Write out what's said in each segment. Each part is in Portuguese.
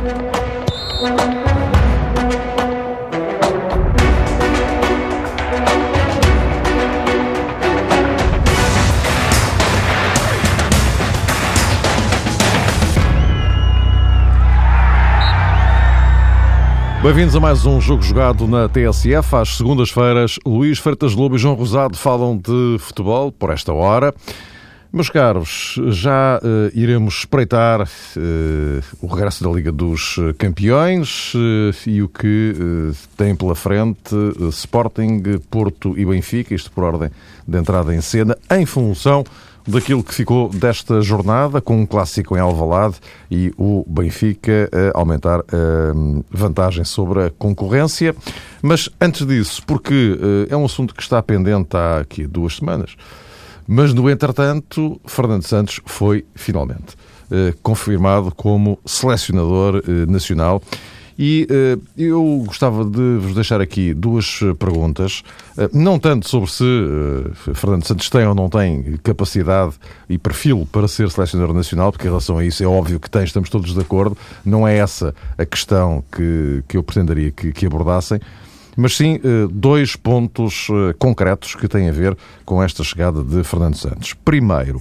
Bem-vindos a mais um Jogo Jogado na TSF. Às segundas-feiras, Luís Freitas Lobo e João Rosado falam de futebol por esta hora. Meus caros, já iremos espreitar o regresso da Liga dos Campeões e o que tem pela frente Sporting, Porto e Benfica, isto por ordem de entrada em cena, em função daquilo que ficou desta jornada, com um clássico em Alvalade e o Benfica a aumentar a vantagem sobre a concorrência. Mas antes disso, porque é um assunto que está pendente há aqui 2 semanas, mas no entretanto, Fernando Santos foi finalmente confirmado como selecionador nacional. E eu gostava de vos deixar aqui 2 perguntas, não tanto sobre se Fernando Santos tem ou não tem capacidade e perfil para ser selecionador nacional, porque em relação a isso é óbvio que tem, estamos todos de acordo, não é essa a questão que eu pretenderia que abordassem, mas sim 2 pontos concretos que têm a ver com esta chegada de Fernando Santos. Primeiro,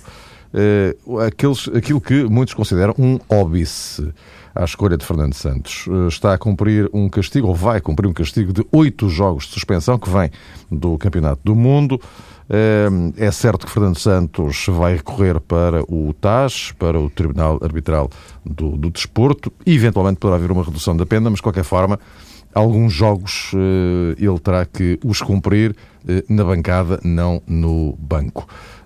aquilo que muitos consideram um óbice à escolha de Fernando Santos. Está a cumprir um castigo, ou vai cumprir um castigo de 8 jogos de suspensão, que vem do Campeonato do Mundo. É certo que Fernando Santos vai recorrer para o TAS, para o Tribunal Arbitral do Desporto, e eventualmente poderá haver uma redução da pena, mas de qualquer forma, alguns jogos ele terá que os cumprir na bancada, não no banco.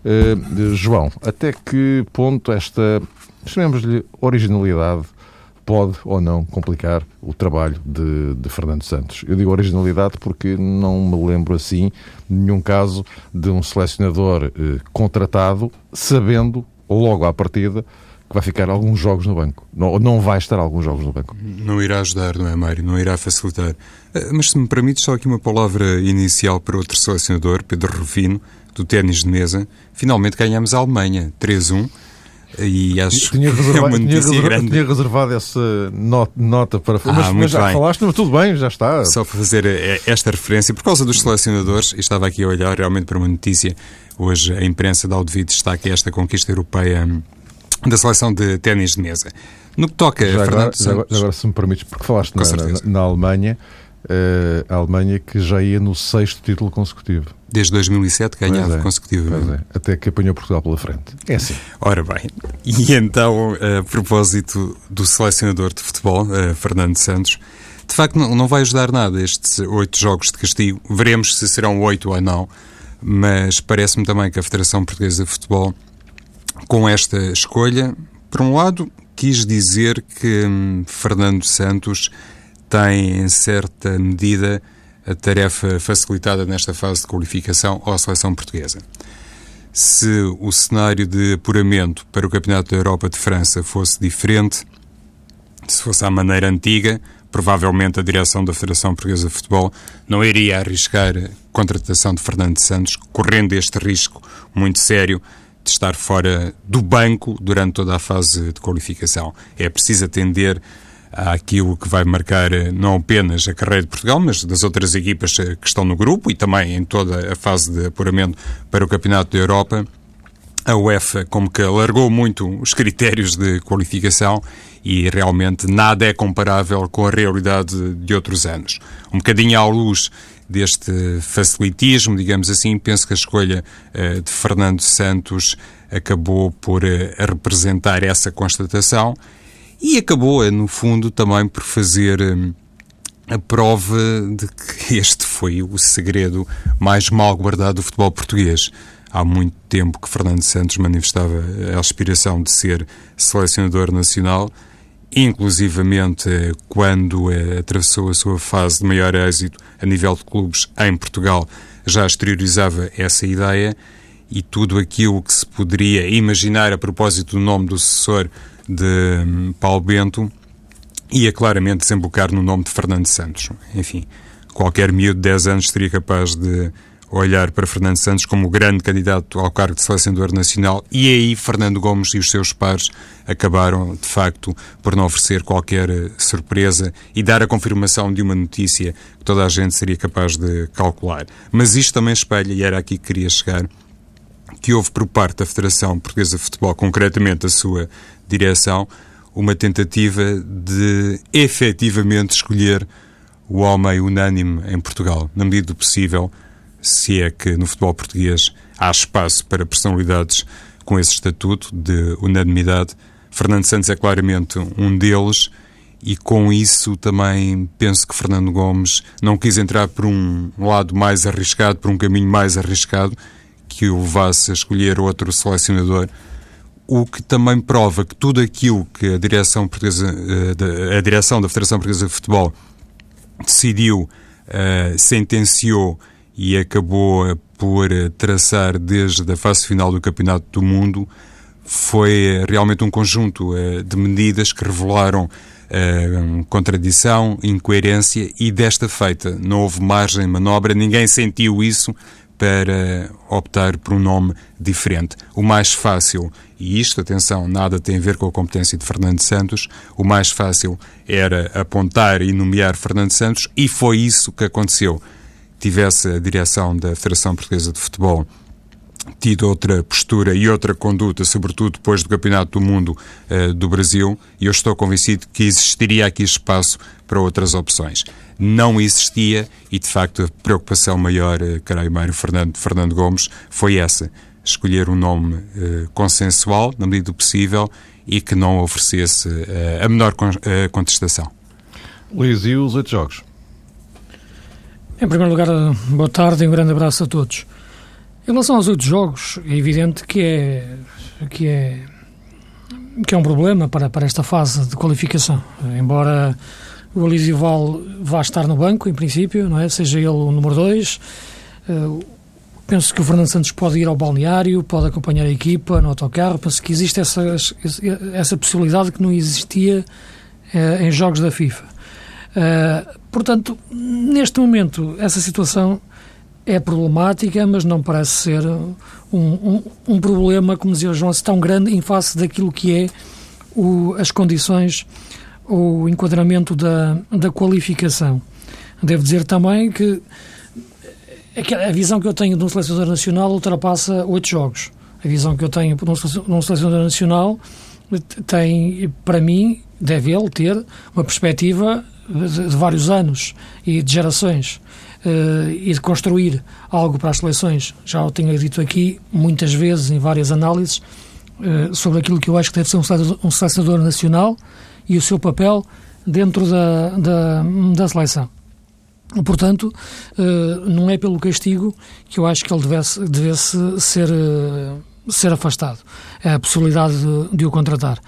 João, até que ponto esta, chamemos-lhe, originalidade pode ou não complicar o trabalho de Fernando Santos? Eu digo originalidade porque não me lembro assim de nenhum caso de um selecionador contratado sabendo logo à partida que vai ficar alguns jogos no banco. Não vai estar alguns jogos no banco. Não irá ajudar, não é, Mário? Não irá facilitar. Mas se me permites, só aqui uma palavra inicial para outro selecionador, Pedro Rufino, do ténis de mesa. Finalmente ganhamos a Alemanha, 3-1. E acho que é uma notícia grande. Tinha reservado essa nota para... Mas já falaste, mas tudo bem, já está. Só para fazer esta referência, por causa dos selecionadores, e estava aqui a olhar realmente para uma notícia, hoje a imprensa dá o devido destaque a esta conquista europeia da seleção de ténis de mesa. No que toca a Fernando Santos... Agora, se me permites, porque falaste na Alemanha, a Alemanha que já ia no 6º título consecutivo. Desde 2007 ganhava consecutivamente. Até que apanhou Portugal pela frente. É assim. Ora bem, e então, a propósito do selecionador de futebol, Fernando Santos, de facto não vai ajudar nada estes 8 jogos de castigo. Veremos se serão 8 ou não, mas parece-me também que a Federação Portuguesa de Futebol, com esta escolha, por um lado, quis dizer que Fernando Santos tem, em certa medida, a tarefa facilitada nesta fase de qualificação à seleção portuguesa. Se o cenário de apuramento para o Campeonato da Europa de França fosse diferente, se fosse à maneira antiga, provavelmente a direção da Federação Portuguesa de Futebol não iria arriscar a contratação de Fernando Santos, correndo este risco muito sério de estar fora do banco durante toda a fase de qualificação. É preciso atender àquilo que vai marcar não apenas a carreira de Portugal, mas das outras equipas que estão no grupo e também em toda a fase de apuramento para o Campeonato da Europa. A UEFA como que alargou muito os critérios de qualificação e realmente nada é comparável com a realidade de outros anos. Um bocadinho à luz deste facilitismo, digamos assim, penso que a escolha de Fernando Santos acabou por representar essa constatação. E acabou, no fundo, também por fazer a prova de que este foi o segredo mais mal guardado do futebol português. Há muito tempo que Fernando Santos manifestava a aspiração de ser selecionador nacional, inclusivamente quando atravessou a sua fase de maior êxito a nível de clubes em Portugal, já exteriorizava essa ideia, e tudo aquilo que se poderia imaginar a propósito do nome do sucessor de Paulo Bento ia claramente desembocar no nome de Fernando Santos. Enfim, qualquer miúdo de 10 anos seria capaz de olhar para Fernando Santos como o grande candidato ao cargo de selecionador nacional, e aí Fernando Gomes e os seus pares acabaram, de facto, por não oferecer qualquer surpresa e dar a confirmação de uma notícia que toda a gente seria capaz de calcular. Mas isto também espelha, e era aqui que queria chegar, que houve por parte da Federação Portuguesa de Futebol, concretamente a sua direção, uma tentativa de efetivamente escolher o homem unânime em Portugal, na medida do possível, se é que no futebol português há espaço para personalidades com esse estatuto de unanimidade. Fernando Santos é claramente um deles, e com isso também penso que Fernando Gomes não quis entrar por um lado mais arriscado, por um caminho mais arriscado, que o levasse a escolher outro selecionador, o que também prova que tudo aquilo que a direção da Federação Portuguesa de Futebol decidiu, sentenciou e acabou por traçar desde a fase final do Campeonato do Mundo, foi realmente um conjunto de medidas que revelaram contradição, incoerência, e desta feita não houve margem de manobra, ninguém sentiu isso para optar por um nome diferente. O mais fácil, e isto, atenção, nada tem a ver com a competência de Fernando Santos, o mais fácil era apontar e nomear Fernando Santos, e foi isso que aconteceu. Tivesse a direção da Federação Portuguesa de Futebol tido outra postura e outra conduta, sobretudo depois do Campeonato do Mundo do Brasil, e eu estou convencido que existiria aqui espaço para outras opções. Não existia, e de facto a preocupação maior, Caio Mário Fernando Gomes, foi essa: escolher um nome consensual, na medida do possível, e que não oferecesse a menor contestação. Luís, e os 8 jogos? Em primeiro lugar, boa tarde e um grande abraço a todos. Em relação aos 8 jogos, é evidente que é um problema para esta fase de qualificação. Embora o Elisival vá estar no banco, em princípio, não é? Seja ele o número 2, penso que o Fernando Santos pode ir ao balneário, pode acompanhar a equipa no autocarro. Penso que existe essa possibilidade que não existia em jogos da FIFA. Portanto, neste momento, essa situação é problemática, mas não parece ser um problema, como dizia o João, tão grande em face daquilo que é as condições, o enquadramento da qualificação. Devo dizer também que a visão que eu tenho de um selecionador nacional ultrapassa 8 jogos. A visão que eu tenho de um selecionador nacional tem, para mim, deve ele ter uma perspectiva de vários anos e de gerações, e de construir algo para as seleções. Já o tenho dito aqui muitas vezes em várias análises sobre aquilo que eu acho que deve ser um selecionador nacional e o seu papel dentro da seleção. Portanto, não é pelo castigo que eu acho que ele devesse ser afastado. É a possibilidade de o contratar.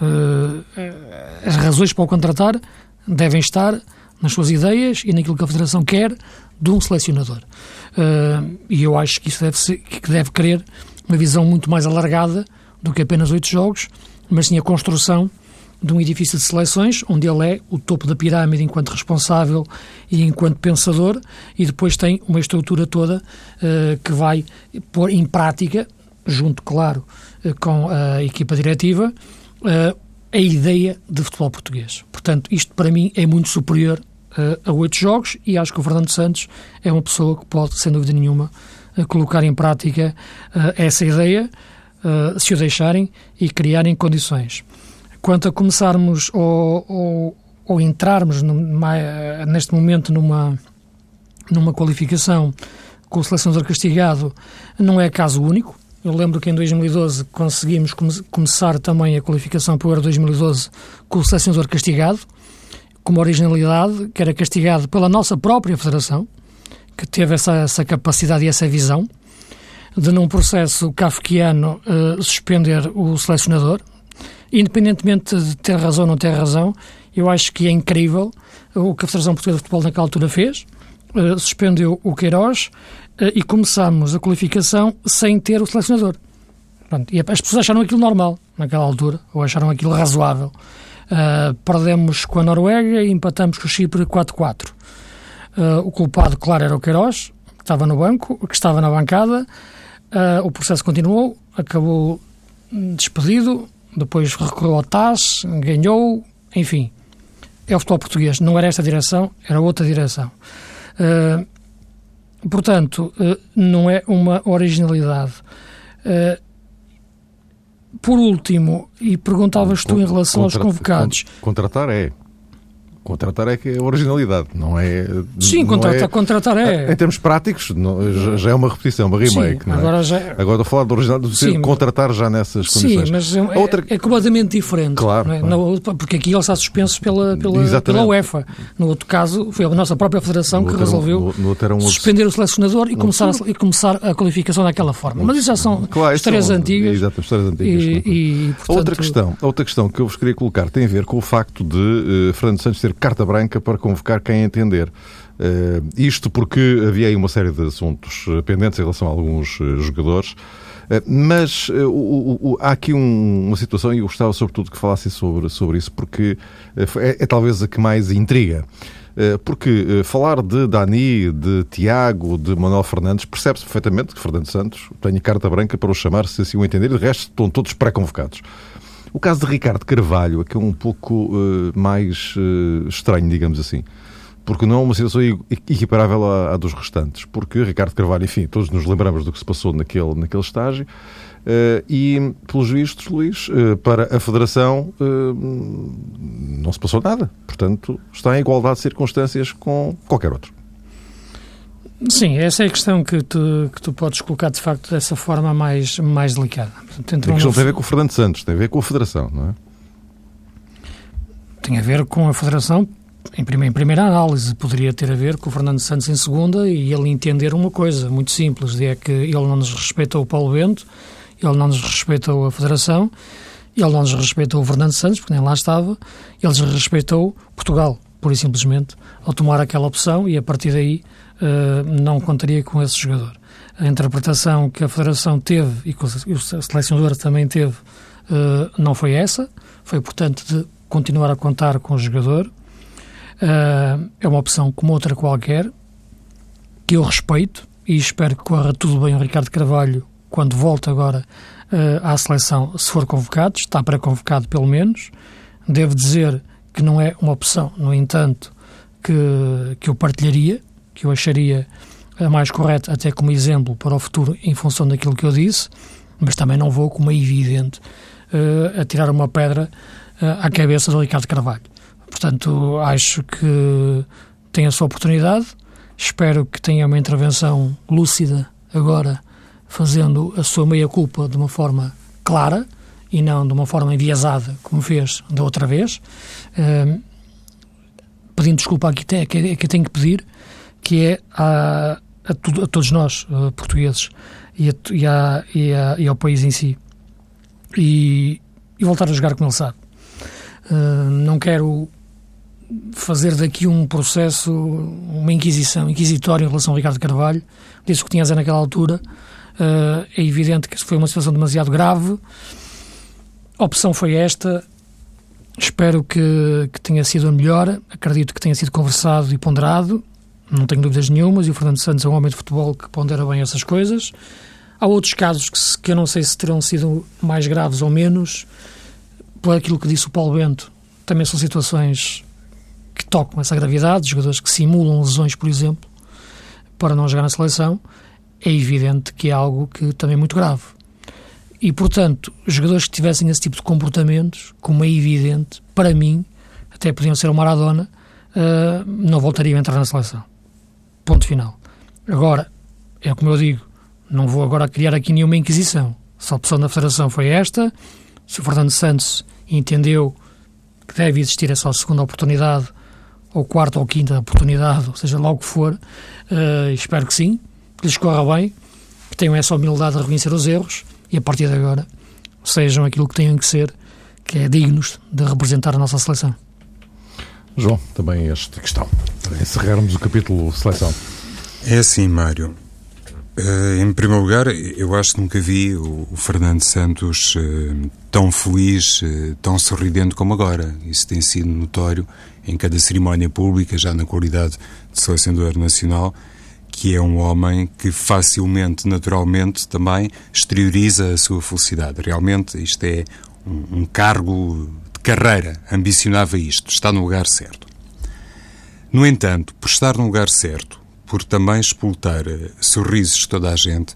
As razões para o contratar devem estar nas suas ideias e naquilo que a Federação quer de um selecionador. E eu acho que isso deve querer uma visão muito mais alargada do que apenas 8 jogos, mas sim a construção de um edifício de seleções, onde ele é o topo da pirâmide enquanto responsável e enquanto pensador, e depois tem uma estrutura toda que vai pôr em prática, junto, claro, com a equipa diretiva, a ideia de futebol português. Portanto, isto para mim é muito superior a 8 jogos, e acho que o Fernando Santos é uma pessoa que pode, sem dúvida nenhuma, colocar em prática essa ideia, se o deixarem e criarem condições. Quanto a começarmos ou entrarmos neste momento numa qualificação com o selecionador castigado, não é caso único. Eu lembro que em 2012 conseguimos começar também a qualificação para o Euro 2012 com o selecionador castigado, com uma originalidade, que era castigado pela nossa própria Federação, que teve essa capacidade e essa visão de, num processo kafkiano, suspender o selecionador. Independentemente de ter razão ou não ter razão, eu acho que é incrível o que a Federação Portuguesa de Futebol naquela altura fez. Suspendeu o Queiroz e começámos a qualificação sem ter o selecionador. Pronto, e as pessoas acharam aquilo normal naquela altura, ou acharam aquilo razoável. Perdemos com a Noruega e empatamos com o Chipre 4-4. O culpado, claro, era o Queiroz, estava no banco, que estava na bancada, o processo continuou, acabou despedido, depois recorreu ao TAS, ganhou, enfim. É o futebol português. Não era esta direção, era outra direção. Portanto, não é uma originalidade. Por último, e perguntavas tu em relação aos convocados... Contratar é que é a originalidade, não é... Sim, contratar é... Em termos práticos, já é uma repetição, uma remake. Sim, não é? Agora estou a falar de originalidade, de contratar já nessas condições. Sim, mas é completamente diferente. Claro, não é? claro. Porque aqui ele está suspenso pela UEFA. No outro caso, foi a nossa própria federação que resolveu suspender o selecionador e começar a qualificação daquela forma. Mas isso já são histórias antigas. Exato, histórias antigas. Portanto... Outra questão que eu vos queria colocar tem a ver com o facto de Fernando Santos ter carta branca para convocar quem entender. Isto porque havia aí uma série de assuntos pendentes em relação a alguns jogadores, mas há aqui uma situação, e eu gostava sobretudo que falassem sobre isso, porque é talvez a que mais intriga. Porque falar de Dani, de Tiago, de Manuel Fernandes, percebe-se perfeitamente que Fernando Santos tem carta branca para os chamar, se assim o entender, e de resto estão todos pré-convocados. O caso de Ricardo Carvalho é que é um pouco mais estranho, digamos assim, porque não é uma situação equiparável à dos restantes, porque Ricardo Carvalho, enfim, todos nos lembramos do que se passou naquele estágio, e, pelos vistos, Luís, para a Federação não se passou nada. Portanto, está em igualdade de circunstâncias com qualquer outro. Sim, essa é a questão que tu podes colocar, de facto, dessa forma mais delicada. Portanto, a questão tem a ver com o Fernando Santos, tem a ver com a Federação, não é? Tem a ver com a Federação, em primeira análise. Poderia ter a ver com o Fernando Santos em segunda, e ele entender uma coisa muito simples, é que ele não nos respeitou o Paulo Bento, ele não nos respeitou a Federação, ele não nos respeitou o Fernando Santos, porque nem lá estava, ele desrespeitou Portugal, pura e simplesmente, ao tomar aquela opção, e a partir daí não contaria com esse jogador. A interpretação que a Federação teve e que o selecionador também teve não foi essa, foi, portanto, de continuar a contar com o jogador. É uma opção como outra qualquer, que eu respeito, e espero que corra tudo bem o Ricardo Carvalho quando volta agora à seleção, se for convocado. Está pré-convocado pelo menos. Devo dizer que não é uma opção, no entanto, que eu partilharia, que eu acharia a mais correta, até como exemplo para o futuro, em função daquilo que eu disse, mas também não vou, como é evidente, atirar uma pedra à cabeça do Ricardo Carvalho. Portanto, acho que tem a sua oportunidade, espero que tenha uma intervenção lúcida agora, fazendo a sua meia-culpa de uma forma clara e não de uma forma enviesada, como fez da outra vez. Pedindo desculpa aqui, que tenho que pedir, que é a todos nós, portugueses, e ao país em si, e voltar a jogar como ele sabe. Não quero fazer daqui um processo, uma inquisitória em relação ao Ricardo Carvalho. Disse o que tinha a dizer naquela altura. É evidente que foi uma situação demasiado grave. A opção foi esta. Espero que tenha sido a melhor. Acredito que tenha sido conversado e ponderado. Não tenho dúvidas nenhumas. E o Fernando Santos é um homem de futebol que pondera bem essas coisas. Há outros casos que eu não sei se terão sido mais graves ou menos. Por aquilo que disse o Paulo Bento, também são situações que tocam essa gravidade. Jogadores que simulam lesões, por exemplo, para não jogar na seleção. É evidente que é algo que também é muito grave. E, portanto, jogadores que tivessem esse tipo de comportamentos, como é evidente, para mim, até podiam ser o Maradona, não voltariam a entrar na seleção. Ponto final. Agora, é como eu digo, não vou agora criar aqui nenhuma inquisição. Se a opção da Federação foi esta, se o Fernando Santos entendeu que deve existir essa segunda oportunidade, ou quarta ou quinta oportunidade, ou seja, logo que for, espero que sim, que lhes corra bem, que tenham essa humildade de reconhecer os erros e a partir de agora sejam aquilo que tenham que ser, que é dignos de representar a nossa seleção. João, também esta questão, para encerrarmos o capítulo seleção. É assim, Mário. Em primeiro lugar, eu acho que nunca vi o Fernando Santos tão feliz, tão sorridente como agora. Isso tem sido notório em cada cerimónia pública, já na qualidade de selecionador nacional, que é um homem que facilmente, naturalmente, também exterioriza a sua felicidade. Realmente, isto é um cargo de carreira, ambicionava isto, está no lugar certo. No entanto, por estar no lugar certo, por também explotar sorrisos de toda a gente,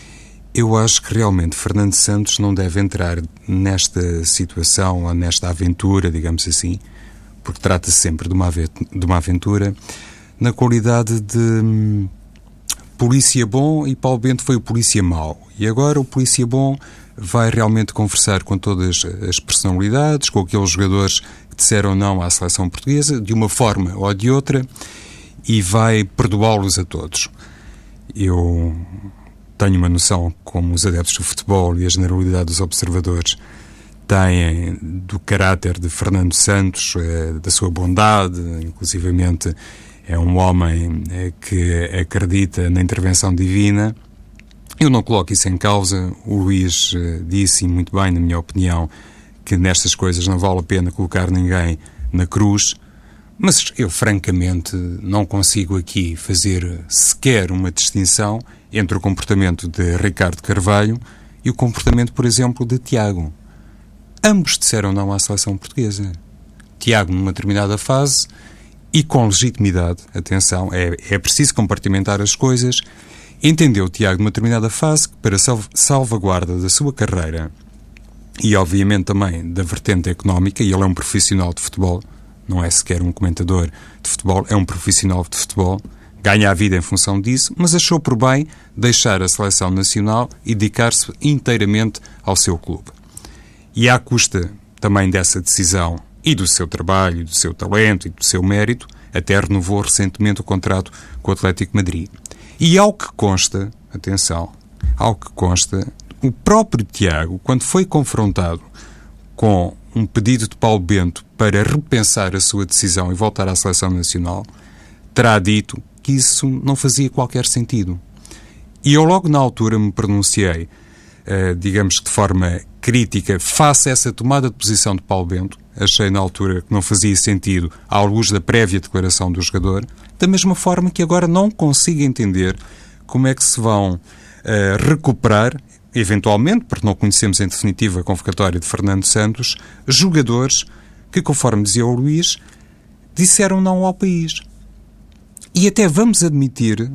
eu acho que realmente Fernando Santos não deve entrar nesta situação, ou nesta aventura, digamos assim, porque trata-se sempre de uma aventura, na qualidade de polícia bom, e Paulo Bento foi o polícia mau. E agora o polícia bom vai realmente conversar com todas as personalidades, com aqueles jogadores que disseram não à seleção portuguesa, de uma forma ou de outra, e vai perdoá-los a todos. Eu tenho uma noção, como os adeptos do futebol e a generalidade dos observadores têm, do caráter de Fernando Santos, da sua bondade, inclusivamente é um homem que acredita na intervenção divina. Eu não coloco isso em causa. O Luís disse, e muito bem, na minha opinião, que nestas coisas não vale a pena colocar ninguém na cruz, mas eu, francamente, não consigo aqui fazer sequer uma distinção entre o comportamento de Ricardo Carvalho e o comportamento, por exemplo, de Tiago. Ambos disseram não à seleção portuguesa. Tiago, numa determinada fase, e com legitimidade, atenção, é preciso compartimentar as coisas, entendeu Tiago, numa determinada fase, que para salvaguarda da sua carreira e, obviamente, também da vertente económica, e ele é um profissional de futebol, não é sequer um comentador de futebol, é um profissional de futebol, ganha a vida em função disso, mas achou por bem deixar a seleção nacional e dedicar-se inteiramente ao seu clube. E à custa também dessa decisão e do seu trabalho, do seu talento e do seu mérito, até renovou recentemente o contrato com o Atlético de Madrid. E ao que consta, atenção, ao que consta, o próprio Tiago, quando foi confrontado com um pedido de Paulo Bento para repensar a sua decisão e voltar à seleção nacional, terá dito que isso não fazia qualquer sentido. E eu logo na altura me pronunciei, digamos que de forma crítica, face a essa tomada de posição de Paulo Bento. Achei na altura que não fazia sentido à luz da prévia declaração do jogador, da mesma forma que agora não consigo entender como é que se vão recuperar, eventualmente, porque não conhecemos em definitiva a convocatória de Fernando Santos, jogadores que, conforme dizia o Luís, disseram não ao país. E até vamos admitir,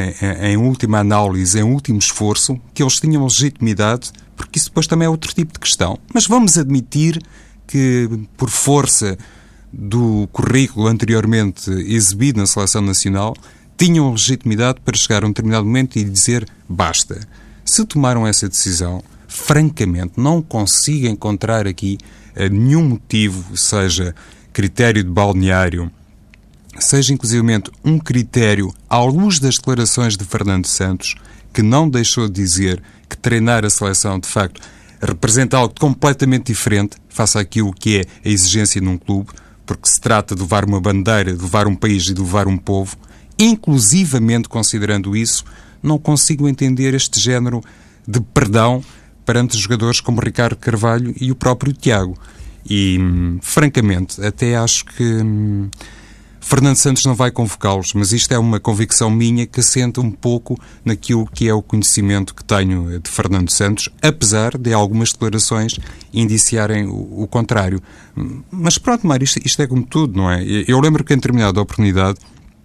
em última análise, em último esforço, que eles tinham legitimidade, porque isso depois também é outro tipo de questão. Mas vamos admitir que, por força do currículo anteriormente exibido na Seleção Nacional, tinham legitimidade para chegar a um determinado momento e dizer basta. Se tomaram essa decisão, francamente, não consigo encontrar aqui nenhum motivo, seja critério de balneário, seja inclusivamente um critério à luz das declarações de Fernando Santos, que não deixou de dizer que treinar a seleção, de facto, representa algo completamente diferente face àquilo que é a exigência num clube, porque se trata de levar uma bandeira, de levar um país e de levar um povo. Inclusivamente, considerando isso, não consigo entender este género de perdão perante jogadores como Ricardo Carvalho e o próprio Tiago. E, francamente, até acho que Fernando Santos não vai convocá-los, mas isto é uma convicção minha que assenta um pouco naquilo que é o conhecimento que tenho de Fernando Santos, apesar de algumas declarações indiciarem o contrário. Mas pronto, Mário, isto é como tudo, não é? Eu lembro que em determinada oportunidade,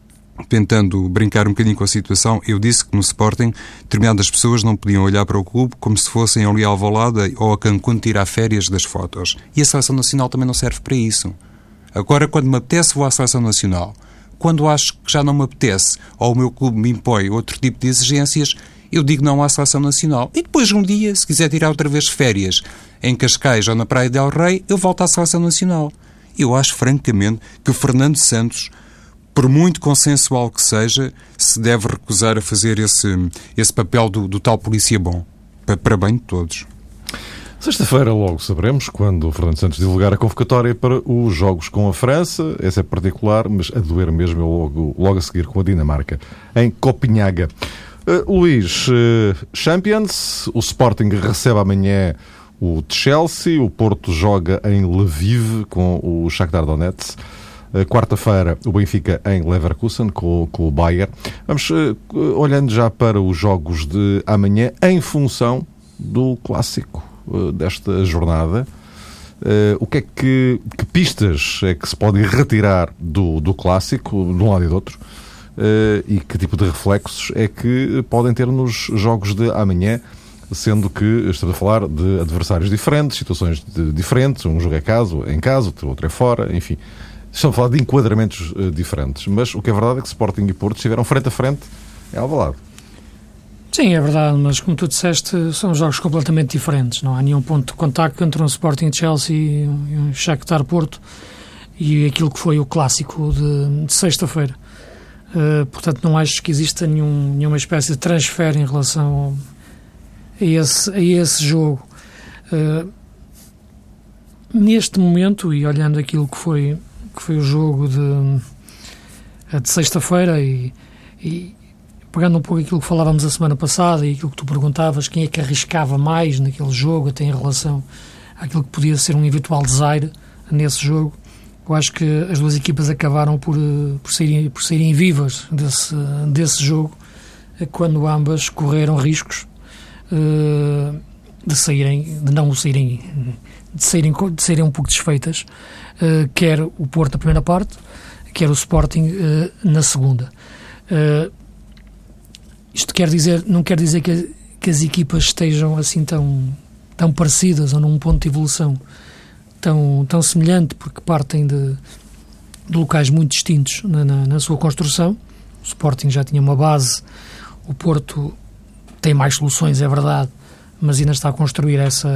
tentando brincar um bocadinho com a situação, eu disse que no Sporting determinadas pessoas não podiam olhar para o clube como se fossem ali a Alvalade ou a Cancún tirar férias das fotos. E a Seleção Nacional também não serve para isso. Agora, quando me apetece, vou à Seleção Nacional. Quando acho que já não me apetece, ou o meu clube me impõe outro tipo de exigências, eu digo não à Seleção Nacional. E depois, um dia, se quiser tirar outra vez férias em Cascais ou na Praia del Rei, eu volto à Seleção Nacional. Eu acho, francamente, que o Fernando Santos, por muito consensual que seja, se deve recusar a fazer esse papel do tal polícia bom, para bem de todos. Sexta-feira logo saberemos quando o Fernando Santos divulgar a convocatória para os jogos com a França. Esse é particular, mas a doer mesmo é logo a seguir com a Dinamarca, em Copenhaga. Luís, Champions, o Sporting recebe amanhã o Chelsea, o Porto joga em Lviv com o Shakhtar Donetsk. Quarta-feira, o Benfica em Leverkusen com o Bayern. Vamos olhando já para os jogos de amanhã em função do clássico desta jornada. O que é que pistas é que se podem retirar do clássico, de um lado e do outro, e que tipo de reflexos é que podem ter nos jogos de amanhã, sendo que estamos a falar de adversários diferentes, situações diferentes, um jogo é em casa, outro é fora, enfim. Estamos a falar de enquadramentos diferentes, mas o que é verdade é que Sporting e Porto estiveram frente a frente em Alvalade. Sim, é verdade, mas como tu disseste, são jogos completamente diferentes. Não há nenhum ponto de contacto entre um Sporting Chelsea e um Shakhtar Porto e aquilo que foi o clássico de sexta-feira. Portanto, não acho que exista nenhuma espécie de transfer em relação a esse jogo. Neste momento, e olhando aquilo que foi o jogo de sexta-feira e pegando um pouco aquilo que falávamos a semana passada e aquilo que tu perguntavas, quem é que arriscava mais naquele jogo, até em relação àquilo que podia ser um eventual desaire nesse jogo, eu acho que as duas equipas acabaram por saírem vivas desse jogo, quando ambas correram riscos de saírem um pouco desfeitas, quer o Porto na primeira parte, quer o Sporting na segunda. Isto não quer dizer que as equipas estejam assim tão parecidas ou num ponto de evolução tão semelhante, porque partem de locais muito distintos na sua construção. O Sporting já tinha uma base, o Porto tem mais soluções, é verdade, mas ainda está a construir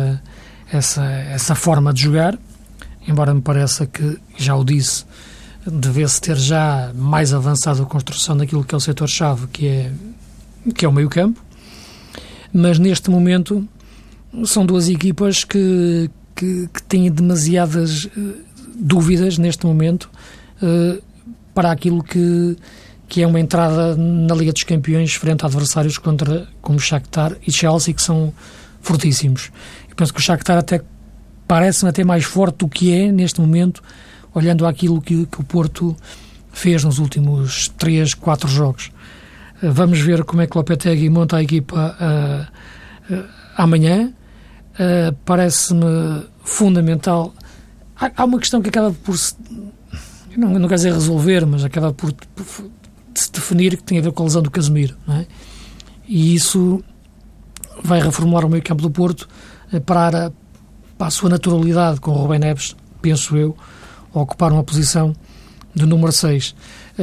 essa forma de jogar, embora me pareça que, já o disse, devesse ter já mais avançado a construção daquilo que é o setor-chave, que é o meio-campo. Mas neste momento são duas equipas que têm demasiadas dúvidas neste momento para aquilo que é uma entrada na Liga dos Campeões frente a adversários como Shakhtar e Chelsea, que são fortíssimos. Eu penso que o Shakhtar parece-me até mais forte do que é neste momento, olhando àquilo que o Porto fez nos últimos 3-4 jogos. Vamos ver como é que o Lopetegui monta a equipa amanhã. Parece-me fundamental. Há uma questão que acaba por não quero dizer resolver, mas acaba por se definir, que tem a ver com a lesão do Casemiro, não é? E isso vai reformular o meio campo do Porto para a sua naturalidade, com o Rubén Neves, penso eu, a ocupar uma posição de número 6.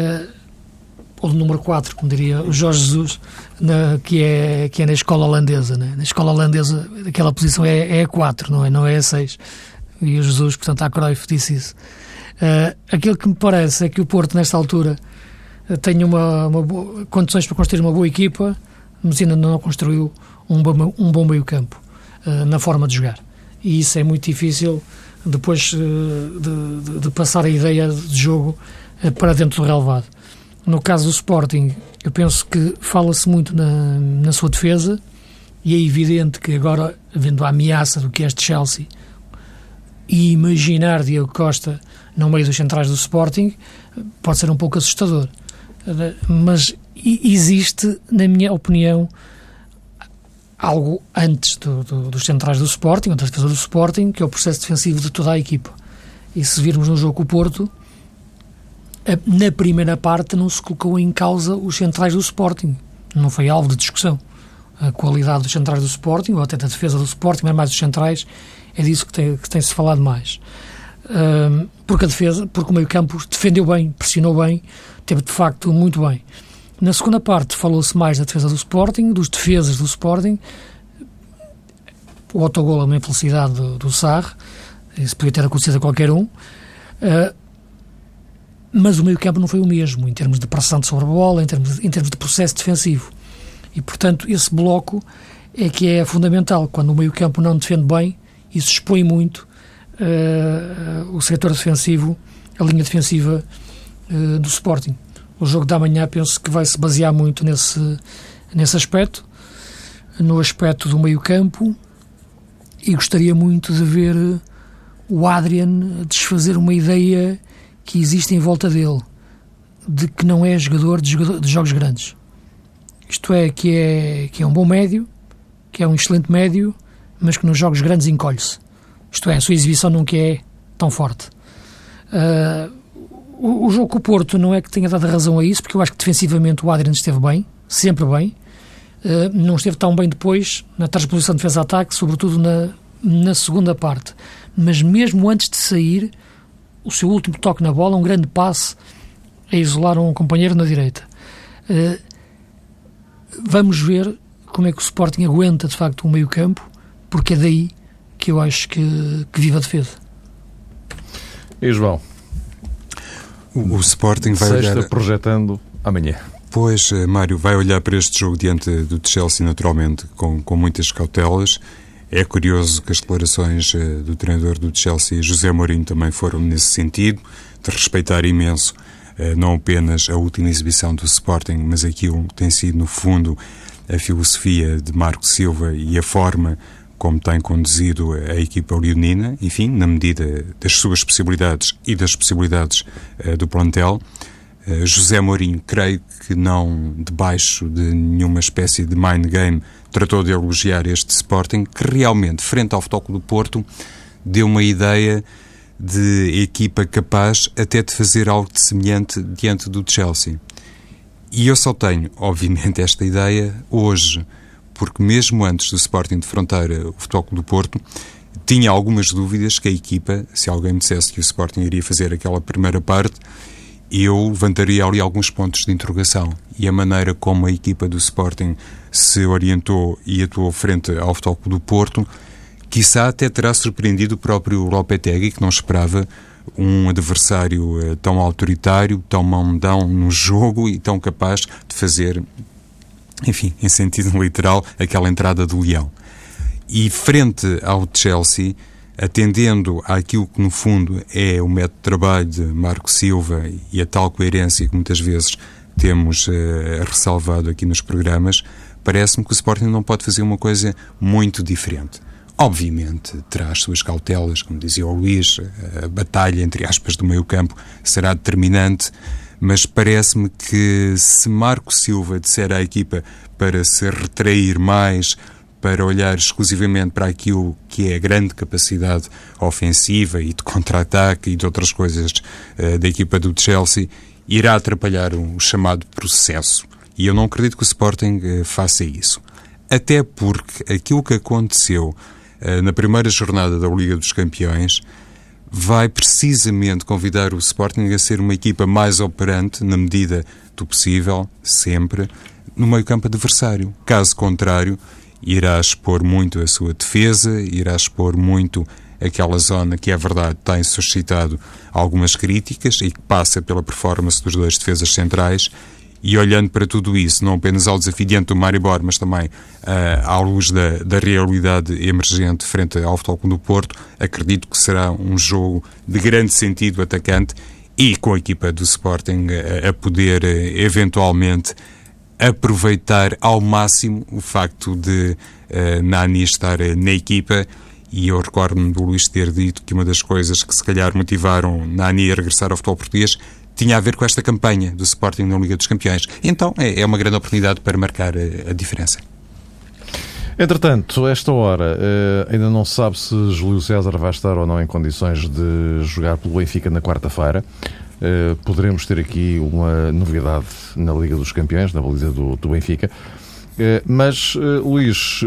Ou de número 4, como diria o Jorge Jesus, que é na escola holandesa, né? Na escola holandesa aquela posição é a 4, não é a 6. E o Jesus, portanto, a Cruyff disse isso. Aquilo que me parece é que o Porto, nesta altura, tem condições para construir uma boa equipa, mas ainda não construiu um bom meio-campo na forma de jogar. E isso é muito difícil depois de passar a ideia de jogo para dentro do relevado. No caso do Sporting, eu penso que fala-se muito na sua defesa, e é evidente que agora, havendo a ameaça do que é este Chelsea, e imaginar Diego Costa no meio dos centrais do Sporting pode ser um pouco assustador. Mas existe, na minha opinião, algo antes dos centrais do Sporting, ou da defesa do Sporting, que é o processo defensivo de toda a equipa. E se virmos no jogo com o Porto, na primeira parte não se colocou em causa os centrais do Sporting. Não foi alvo de discussão. A qualidade dos centrais do Sporting, ou até da defesa do Sporting, mas mais dos centrais, é disso que tem-se falado mais. Porque o meio-campo defendeu bem, pressionou bem, teve de facto muito bem. Na segunda parte falou-se mais da defesa do Sporting, dos defesas do Sporting. O autogol é uma infelicidade do Sarr, isso podia ter acontecido a qualquer um. Mas o meio-campo não foi o mesmo, em termos de pressão sobre a bola, em termos de processo defensivo. E, portanto, esse bloco é que é fundamental. Quando o meio-campo não defende bem, isso expõe muito o setor defensivo, a linha defensiva do Sporting. O jogo da manhã penso que vai se basear muito nesse aspecto, no aspecto do meio-campo, e gostaria muito de ver o Adrian desfazer uma ideia que existe em volta dele, de que não é jogador de jogos grandes. Isto é, que é um bom médio, que é um excelente médio, mas que nos jogos grandes encolhe-se. Isto é, a sua exibição nunca é tão forte. O jogo com o Porto não é que tenha dado razão a isso, porque eu acho que defensivamente o Adrian esteve bem, sempre bem. Não esteve tão bem depois na transposição de defesa-ataque, sobretudo na segunda parte. Mas mesmo antes de sair, o seu último toque na bola, um grande passe a isolar um companheiro na direita. Vamos ver como é que o Sporting aguenta de facto o meio-campo, porque é daí que eu acho que vive a defesa. E João? O Sporting vai olhar... projetando amanhã. Pois, Mário, vai olhar para este jogo diante do Chelsea naturalmente com muitas cautelas. É curioso que as declarações do treinador do Chelsea, José Mourinho, também foram nesse sentido, de respeitar imenso não apenas a última exibição do Sporting, mas aquilo que tem sido, no fundo, a filosofia de Marco Silva e a forma como tem conduzido a equipa leonina, enfim, na medida das suas possibilidades e das possibilidades do plantel. José Mourinho, creio que não debaixo de nenhuma espécie de mind game, tratou de elogiar este Sporting, que realmente, frente ao Futebol Clube do Porto, deu uma ideia de equipa capaz até de fazer algo de semelhante diante do Chelsea. E eu só tenho, obviamente, esta ideia hoje, porque mesmo antes do Sporting defrontar o Futebol Clube do Porto, tinha algumas dúvidas que a equipa, se alguém me dissesse que o Sporting iria fazer aquela primeira parte, eu levantaria ali alguns pontos de interrogação. E a maneira como a equipa do Sporting se orientou e atuou frente ao Futebol Clube do Porto, quiçá até terá surpreendido o próprio Lopetegui, que não esperava um adversário tão autoritário, tão mandão no jogo e tão capaz de fazer, enfim, em sentido literal, aquela entrada do leão. E frente ao Chelsea, atendendo àquilo que no fundo é o método de trabalho de Marco Silva e a tal coerência que muitas vezes temos ressalvado aqui nos programas, parece-me que o Sporting não pode fazer uma coisa muito diferente. Obviamente terá as suas cautelas, como dizia o Luís, a batalha, entre aspas, do meio-campo será determinante, mas parece-me que se Marco Silva disser à equipa para se retrair mais, para olhar exclusivamente para aquilo que é a grande capacidade ofensiva e de contra-ataque e de outras coisas da equipa do Chelsea, irá atrapalhar o chamado processo. E eu não acredito que o Sporting faça isso. Até porque aquilo que aconteceu na primeira jornada da Liga dos Campeões vai precisamente convidar o Sporting a ser uma equipa mais operante, na medida do possível, sempre, no meio-campo adversário. Caso contrário, irá expor muito a sua defesa, irá expor muito aquela zona que, é verdade, tem suscitado algumas críticas e que passa pela performance dos dois defesas centrais. E olhando para tudo isso, não apenas ao desafio diante do Maribor, mas também à luz da realidade emergente frente ao Futebol Clube do Porto, acredito que será um jogo de grande sentido atacante e com a equipa do Sporting a poder eventualmente aproveitar ao máximo o facto de Nani estar na equipa. E eu recordo-me do Luís ter dito que uma das coisas que se calhar motivaram Nani a regressar ao futebol português tinha a ver com esta campanha do Sporting na Liga dos Campeões. Então é uma grande oportunidade para marcar a diferença. Entretanto, a esta hora, ainda não se sabe se Júlio César vai estar ou não em condições de jogar pelo Benfica na quarta-feira. Poderemos ter aqui uma novidade na Liga dos Campeões, na baliza do Benfica. Mas, Luís,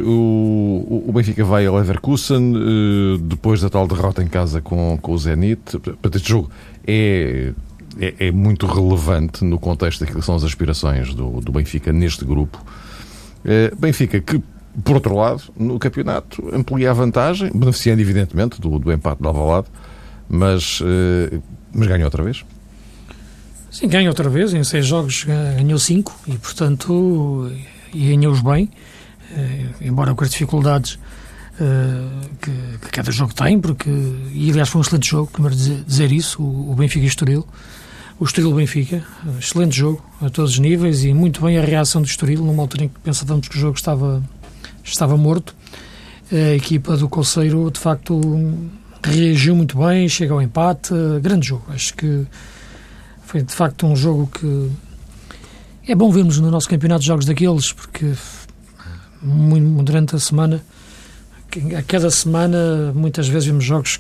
o Benfica vai a Leverkusen depois da tal derrota em casa com o Zenit. Portanto, este jogo é muito relevante no contexto daquilo que são as aspirações do Benfica neste grupo. Benfica que, por outro lado, no campeonato amplia a vantagem, beneficiando evidentemente do empate de Alvalade, mas ganhou outra vez. Sim, ganhou outra vez, em 6 jogos ganhou 5 e, portanto, ganhou-os bem, embora com as dificuldades que cada jogo tem, e aliás foi um excelente jogo, primeiro dizer isso, o Benfica e o Estoril. O Estoril-Benfica, excelente jogo a todos os níveis e muito bem a reação do Estoril, numa altura em que pensávamos que o jogo estava morto. A equipa do Colseiro, de facto, reagiu muito bem, chega ao empate, grande jogo. Acho que foi de facto um jogo que é bom vermos no nosso campeonato de jogos daqueles, porque durante a semana, a cada semana, muitas vezes vemos jogos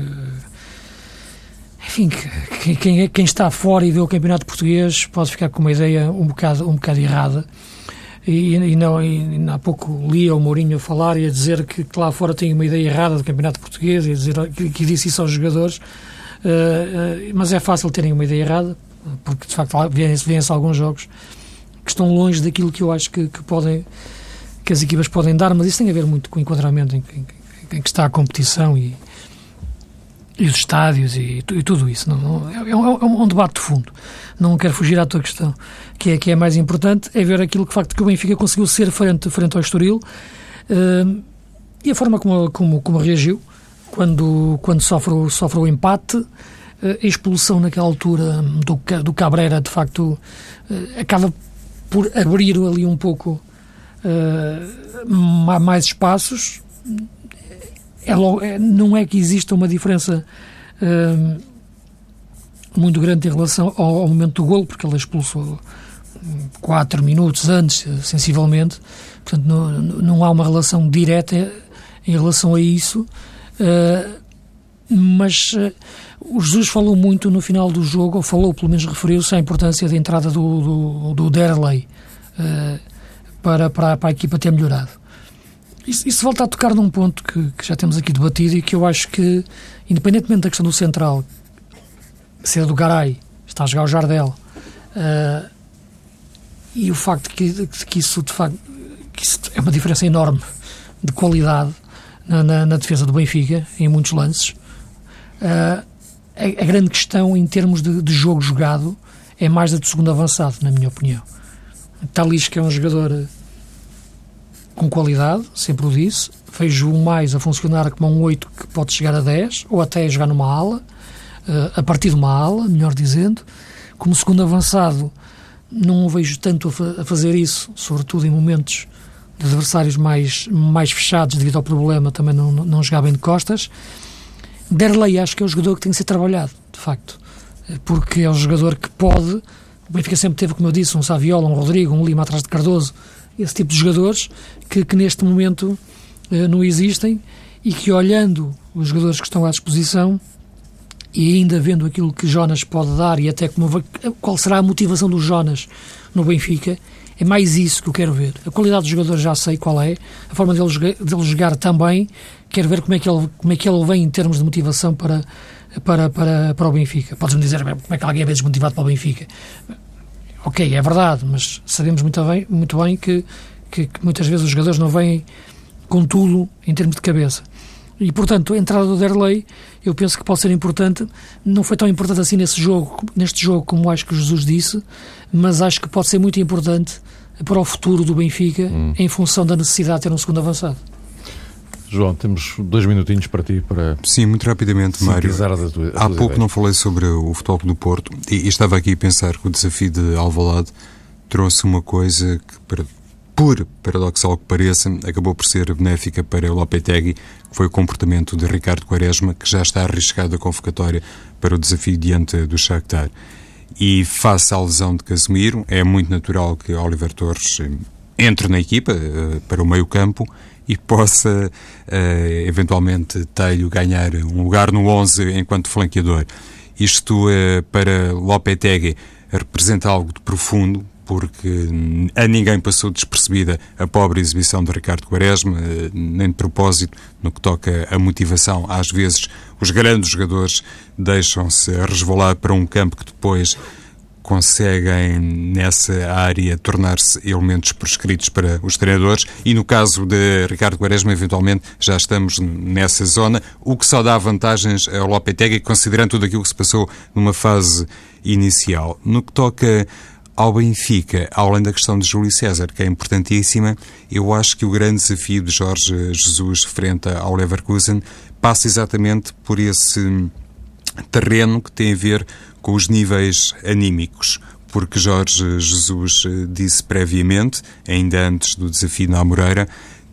enfim, quem está fora e vê o campeonato português pode ficar com uma ideia um bocado errada. E há pouco lia o Mourinho a falar e a dizer que lá fora tem uma ideia errada do campeonato português, e a dizer que disse isso aos jogadores, mas é fácil terem uma ideia errada, porque de facto vêem-se alguns jogos que estão longe daquilo que eu acho que as equipas podem dar, mas isso tem a ver muito com o enquadramento em que está a competição e os estádios e tudo isso. É um debate de fundo. Não quero fugir à tua questão, que é mais importante, é ver aquilo que o Benfica conseguiu ser frente ao Estoril, e a forma como reagiu quando sofre o empate. A expulsão naquela altura do Cabreira, de facto, acaba por abrir ali um pouco mais espaços. Não é que exista uma diferença muito grande em relação ao momento do golo, porque ele expulsou 4 minutos antes, sensivelmente. Portanto, não há uma relação direta em relação a isso, mas o Jesus falou muito no final do jogo, ou falou, pelo menos referiu-se à importância da entrada do Derlei para a equipa ter melhorado. Isso volta a tocar num ponto que já temos aqui debatido e que eu acho que, independentemente da questão do central, ser do Garay, está a jogar o Jardel, e o facto que isso, de facto, que isso é uma diferença enorme de qualidade na defesa do Benfica, em muitos lances, a grande questão em termos de jogo jogado é mais a do segundo avançado, na minha opinião. Talisca é um jogador com qualidade, sempre o disse. Vejo-o mais a funcionar como um 8 que pode chegar a 10, ou até a jogar numa ala, a partir de uma ala, melhor dizendo. Como segundo avançado, não o vejo tanto a fazer isso, sobretudo em momentos de adversários mais fechados, devido ao problema também não jogar bem de costas. Derlei acho que é o jogador que tem que ser trabalhado, de facto, porque é um jogador que pode. O Benfica sempre teve, como eu disse, um Saviola, um Rodrigo, um Lima atrás de Cardoso, esse tipo de jogadores que neste momento não existem, e que, olhando os jogadores que estão à disposição e ainda vendo aquilo que Jonas pode dar e até qual será a motivação do Jonas no Benfica, é mais isso que eu quero ver. A qualidade dos jogadores já sei qual é, a forma dele jogar também, quero ver como é que ele vem em termos de motivação para o Benfica. Podes-me dizer como é que alguém é desmotivado para o Benfica. Ok, é verdade, mas sabemos muito bem que muitas vezes os jogadores não vêm com tudo em termos de cabeça. E, portanto, a entrada do Derlei, eu penso que pode ser importante. Não foi tão importante assim neste jogo como acho que o Jesus disse, mas acho que pode ser muito importante para o futuro do Benfica, em função da necessidade de ter um segundo avançado. João, temos 2 minutinhos para ti para... Sim, muito rapidamente, Mário. Há pouco não falei sobre o Futebol Clube do Porto e estava aqui a pensar que o desafio de Alvalade trouxe uma coisa que, por paradoxal que pareça, acabou por ser benéfica para o Lopetegui, que foi o comportamento de Ricardo Quaresma, que já está arriscado a convocatória para o desafio diante do Shakhtar. E face à lesão de Casemiro, é muito natural que Oliver Torres entre na equipa para o meio-campo e possa, eventualmente, Telho ganhar um lugar no 11 enquanto flanqueador. Isto, para Lopetegui, representa algo de profundo, porque a ninguém passou despercebida a pobre exibição de Ricardo Quaresma, nem de propósito, no que toca à motivação. Às vezes, os grandes jogadores deixam-se resvalar para um campo que depois conseguem, nessa área, tornar-se elementos prescritos para os treinadores, e no caso de Ricardo Quaresma, eventualmente, já estamos nessa zona, o que só dá vantagens ao Lopetegui, considerando tudo aquilo que se passou numa fase inicial. No que toca ao Benfica, além da questão de Júlio César, que é importantíssima, eu acho que o grande desafio de Jorge Jesus frente ao Leverkusen passa exatamente por esse terreno que tem a ver com os níveis anímicos, porque Jorge Jesus disse previamente, ainda antes do desafio na Amoreira,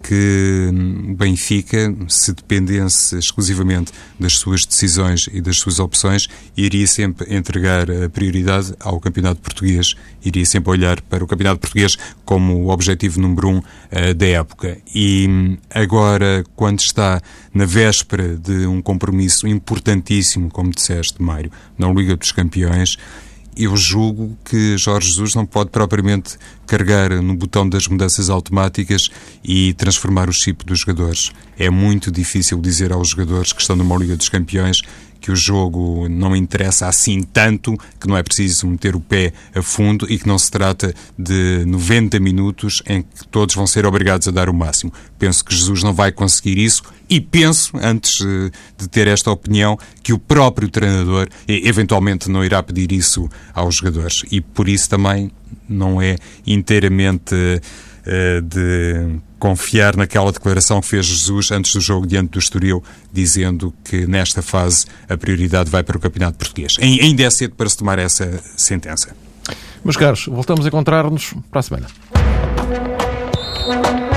que o Benfica, se dependesse exclusivamente das suas decisões e das suas opções, iria sempre entregar a prioridade ao Campeonato Português, iria sempre olhar para o Campeonato Português como o objetivo número 1 da época. E agora, quando está na véspera de um compromisso importantíssimo, como disseste, Mário, na Liga dos Campeões, eu julgo que Jorge Jesus não pode propriamente carregar no botão das mudanças automáticas e transformar o chip dos jogadores. É muito difícil dizer aos jogadores que estão numa Liga dos Campeões que o jogo não interessa assim tanto, que não é preciso meter o pé a fundo e que não se trata de 90 minutos em que todos vão ser obrigados a dar o máximo. Penso que Jesus não vai conseguir isso e penso, antes de ter esta opinião, que o próprio treinador eventualmente não irá pedir isso aos jogadores. E por isso também não é inteiramente de confiar naquela declaração que fez Jesus antes do jogo diante do Estoril, dizendo que nesta fase a prioridade vai para o Campeonato Português. Ainda é cedo para se tomar essa sentença. Meus caros, voltamos a encontrar-nos para a semana.